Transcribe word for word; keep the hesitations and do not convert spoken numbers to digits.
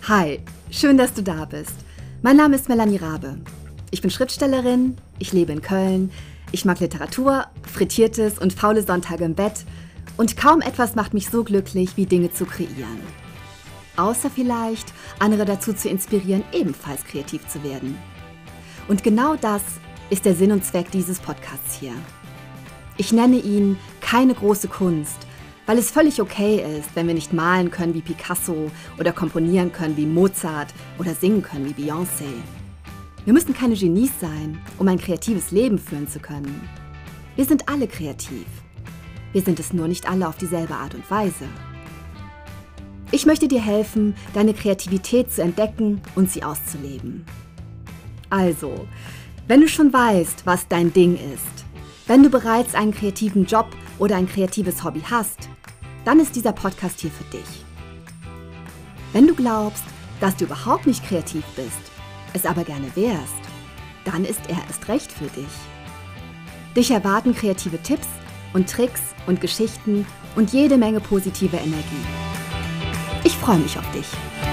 Hi, schön, dass du da bist. Mein Name ist Melanie Rabe. Ich bin Schriftstellerin, ich lebe in Köln, ich mag Literatur, frittiertes und faule Sonntage im Bett und kaum etwas macht mich so glücklich, wie Dinge zu kreieren. Außer vielleicht, andere dazu zu inspirieren, ebenfalls kreativ zu werden. Und genau das ist der Sinn und Zweck dieses Podcasts hier. Ich nenne ihn keine große Kunst, weil es völlig okay ist, wenn wir nicht malen können wie Picasso oder komponieren können wie Mozart oder singen können wie Beyoncé. Wir müssen keine Genies sein, um ein kreatives Leben führen zu können. Wir sind alle kreativ. Wir sind es nur nicht alle auf dieselbe Art und Weise. Ich möchte dir helfen, deine Kreativität zu entdecken und sie auszuleben. Also, wenn du schon weißt, was dein Ding ist, wenn du bereits einen kreativen Job oder ein kreatives Hobby hast, dann ist dieser Podcast hier für dich. Wenn du glaubst, dass du überhaupt nicht kreativ bist, es aber gerne wärst, dann ist er erst recht für dich. Dich erwarten kreative Tipps und Tricks und Geschichten und jede Menge positive Energie. Ich freue mich auf dich.